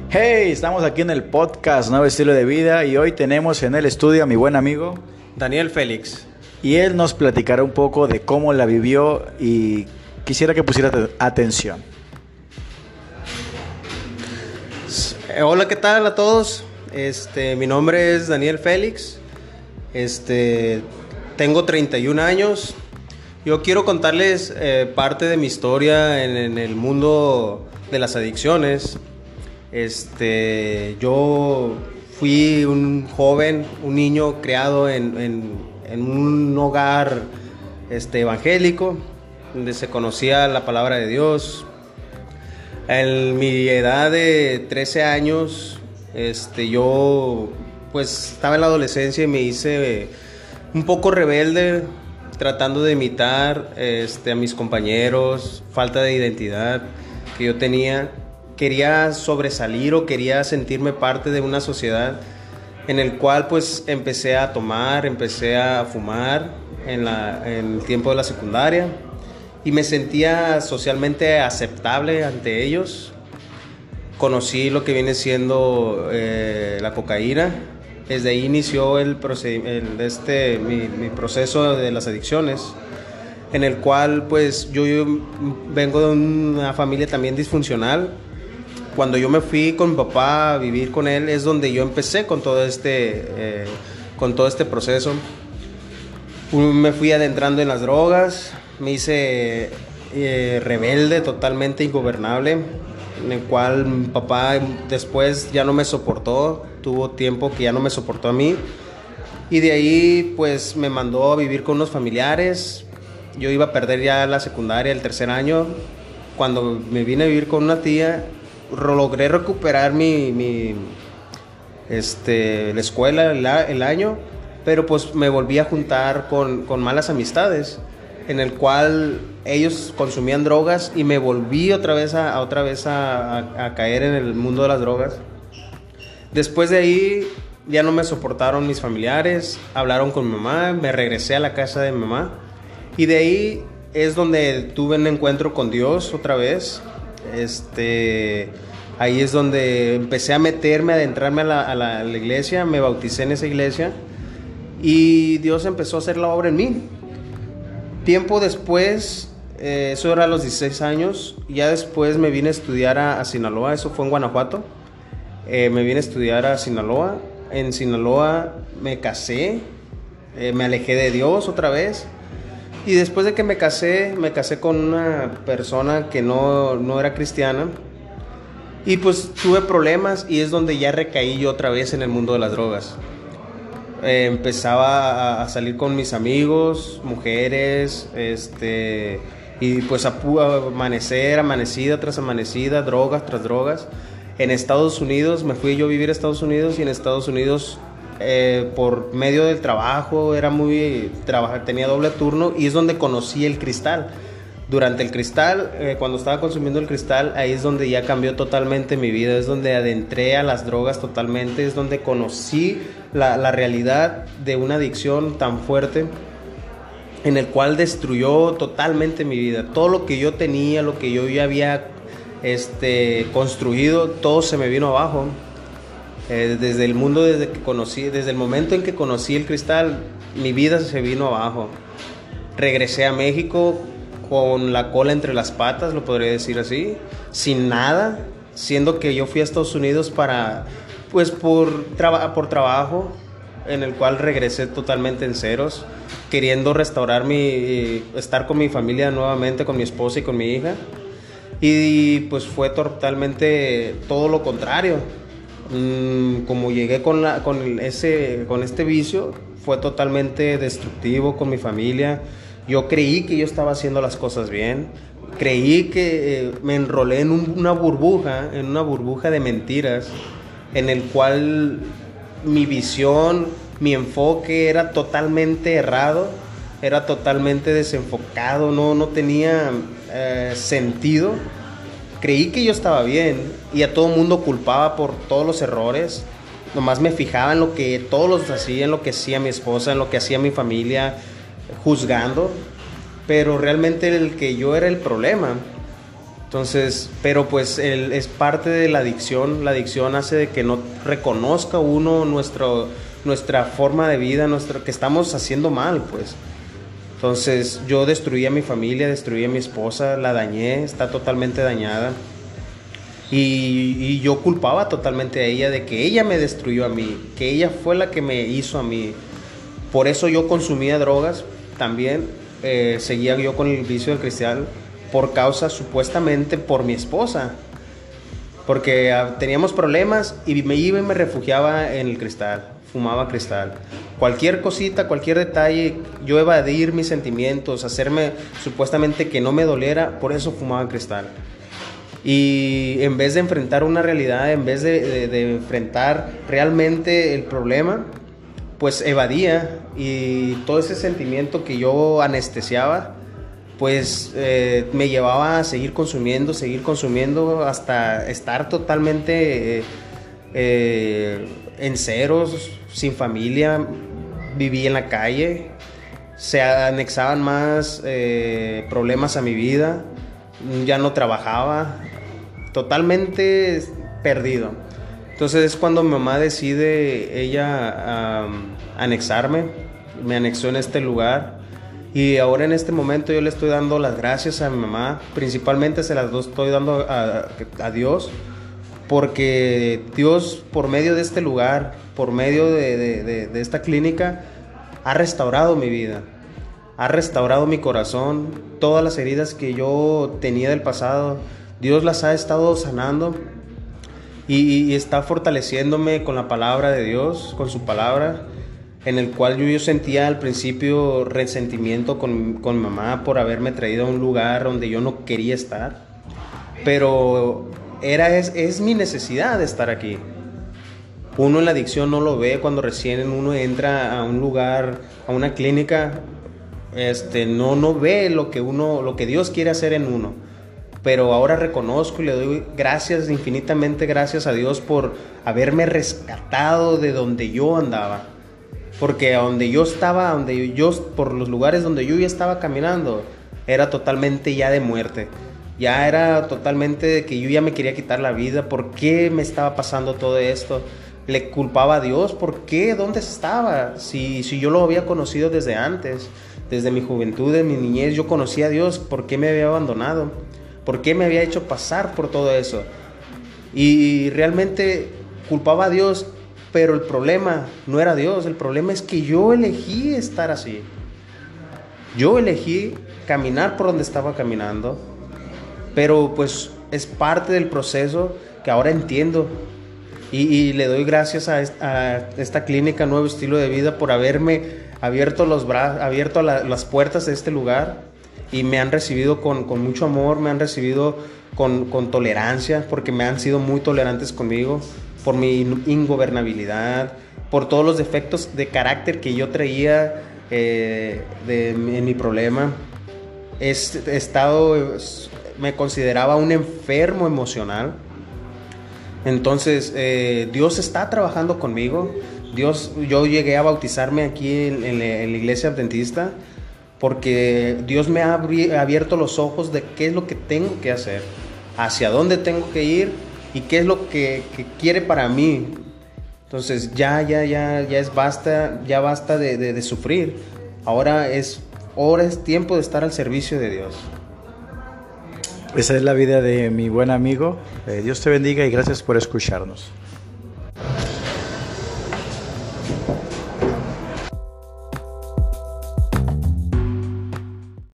Hey, estamos aquí en el podcast Nuevo Estilo de Vida y hoy tenemos en el estudio a mi buen amigo Daniel Félix. y él nos platicará un poco de cómo la vivió y quisiera que pusiera atención. Hola, ¿qué tal a todos? Mi nombre es Daniel Félix. Tengo 31 años. Yo quiero contarles parte de mi historia en el mundo de las adicciones. Yo fui un joven, un niño criado en un hogar evangélico, donde se conocía la palabra de Dios. En mi edad de 13 años, yo pues estaba en la adolescencia y me hice un poco rebelde, tratando de imitar a mis compañeros, falta de identidad que yo tenía. Quería sobresalir o quería sentirme parte de una sociedad en el cual pues empecé a tomar, empecé a fumar en el tiempo de la secundaria y me sentía socialmente aceptable ante ellos. Conocí lo que viene siendo la cocaína. Desde ahí inició mi proceso de las adicciones, en el cual pues yo vengo de una familia también disfuncional. Cuando yo me fui con mi papá a vivir con él es donde yo empecé con todo este proceso. Me fui adentrando en las drogas, me hice rebelde, totalmente ingobernable, en el cual mi papá después ya no me soportó, tuvo tiempo que ya no me soportó a mí, y de ahí pues me mandó a vivir con unos familiares. Yo iba a perder ya la secundaria, el tercer año. Cuando me vine a vivir con una tía, logré recuperar la escuela, el año, pero pues me volví a juntar con malas amistades, en el cual ellos consumían drogas y me volví otra vez a caer en el mundo de las drogas. Después de ahí ya no me soportaron mis familiares, hablaron con mi mamá, me regresé a la casa de mi mamá y de ahí es donde tuve un encuentro con Dios otra vez. Ahí es donde empecé a adentrarme a la iglesia, me bauticé en esa iglesia y Dios empezó a hacer la obra en mí. Tiempo después, eso era a los 16 años, ya después me vine a estudiar a Sinaloa, eso fue en Guanajuato. Me vine a estudiar a Sinaloa. En Sinaloa me casé, me alejé de Dios otra vez. Y después de que me casé con una persona que no era cristiana. Y pues tuve problemas y es donde ya recaí yo otra vez en el mundo de las drogas. Empezaba a salir con mis amigos, mujeres, y pues amanecida tras amanecida, drogas tras drogas. En Estados Unidos, me fui yo a vivir a Estados Unidos y en Estados Unidos, por medio del trabajo, tenía doble turno y es donde conocí el cristal. Durante el cristal, cuando estaba consumiendo el cristal, ahí es donde ya cambió totalmente mi vida, es donde adentré a las drogas totalmente, es donde conocí la realidad de una adicción tan fuerte, en el cual destruyó totalmente mi vida. Todo lo que yo tenía, lo que yo ya había construido, todo se me vino abajo. Desde el momento en que conocí el cristal, mi vida se vino abajo. Regresé a México con la cola entre las patas, lo podría decir así, sin nada, siendo que yo fui a Estados Unidos por trabajo, en el cual regresé totalmente en ceros, queriendo restaurar estar con mi familia nuevamente, con mi esposa y con mi hija, y pues fue totalmente todo lo contrario. Como llegué con este vicio, fue totalmente destructivo con mi familia. Yo creí que yo estaba haciendo las cosas bien, creí que me enrolé en una burbuja de mentiras, en el cual mi visión, mi enfoque era totalmente errado, era totalmente desenfocado, no tenía sentido. Creí que yo estaba bien y a todo mundo culpaba por todos los errores. Nomás me fijaba en lo que todos los hacían, en lo que hacía mi esposa, en lo que hacía mi familia, juzgando, pero realmente el que yo era el problema. Entonces, pero pues es parte de la adicción hace de que no reconozca uno nuestra forma de vida, que estamos haciendo mal, pues. Entonces, yo destruí a mi familia, destruí a mi esposa, la dañé, está totalmente dañada. Y yo culpaba totalmente a ella de que ella me destruyó a mí, que ella fue la que me hizo a mí. Por eso yo consumía drogas también, seguía yo con el vicio del cristal, por causa supuestamente por mi esposa, porque teníamos problemas y me iba y me refugiaba en el cristal, fumaba cristal. Cualquier cosita, cualquier detalle, yo evadir mis sentimientos, hacerme supuestamente que no me doliera, por eso fumaba cristal. Y en vez de enfrentar una realidad, en vez de enfrentar realmente el problema, pues evadía, y todo ese sentimiento que yo anestesiaba, pues me llevaba a seguir consumiendo hasta estar totalmente en ceros, sin familia, viví en la calle, se anexaban más problemas a mi vida, ya no trabajaba, totalmente perdido. Entonces es cuando mi mamá decide ella anexarme, me anexó en este lugar. Y ahora en este momento yo le estoy dando las gracias a mi mamá, principalmente se las estoy dando a Dios, porque Dios por medio de este lugar, por medio de esta clínica, ha restaurado mi vida, ha restaurado mi corazón, todas las heridas que yo tenía del pasado, Dios las ha estado sanando y está fortaleciéndome con la palabra de Dios, con su palabra, en el cual yo sentía al principio resentimiento con mi mamá por haberme traído a un lugar donde yo no quería estar, pero es mi necesidad de estar aquí. Uno en la adicción no lo ve cuando recién uno entra a un lugar, a una clínica, no ve lo que Dios quiere hacer en uno. Pero ahora reconozco y le doy gracias, infinitamente gracias a Dios por haberme rescatado de donde yo andaba. Porque a donde yo estaba, por los lugares donde yo ya estaba caminando, era totalmente ya de muerte. Ya era totalmente de que yo ya me quería quitar la vida. ¿Por qué me estaba pasando todo esto? Le culpaba a Dios. ¿Por qué? ¿Dónde estaba? Si yo lo había conocido desde antes, desde mi juventud, de mi niñez, yo conocía a Dios. ¿Por qué me había abandonado? ¿Por qué me había hecho pasar por todo eso? Y realmente culpaba a Dios. Pero el problema no era Dios, el problema es que yo elegí estar así. Yo elegí caminar por donde estaba caminando, pero pues es parte del proceso que ahora entiendo. Y le doy gracias a esta clínica Nuevo Estilo de Vida por haberme abierto las puertas de este lugar, y me han recibido con mucho amor, me han recibido con tolerancia, porque me han sido muy tolerantes conmigo, por mi ingobernabilidad, por todos los defectos de carácter que yo traía en mi problema. Me consideraba un enfermo emocional. Entonces Dios está trabajando conmigo. Yo llegué a bautizarme aquí en la iglesia adventista porque Dios me ha abierto los ojos de qué es lo que tengo que hacer, hacia dónde tengo que ir y qué es lo que quiere para mí. Entonces ya basta de sufrir. Ahora es tiempo de estar al servicio de Dios. Esa es la vida de mi buen amigo. Dios te bendiga y gracias por escucharnos.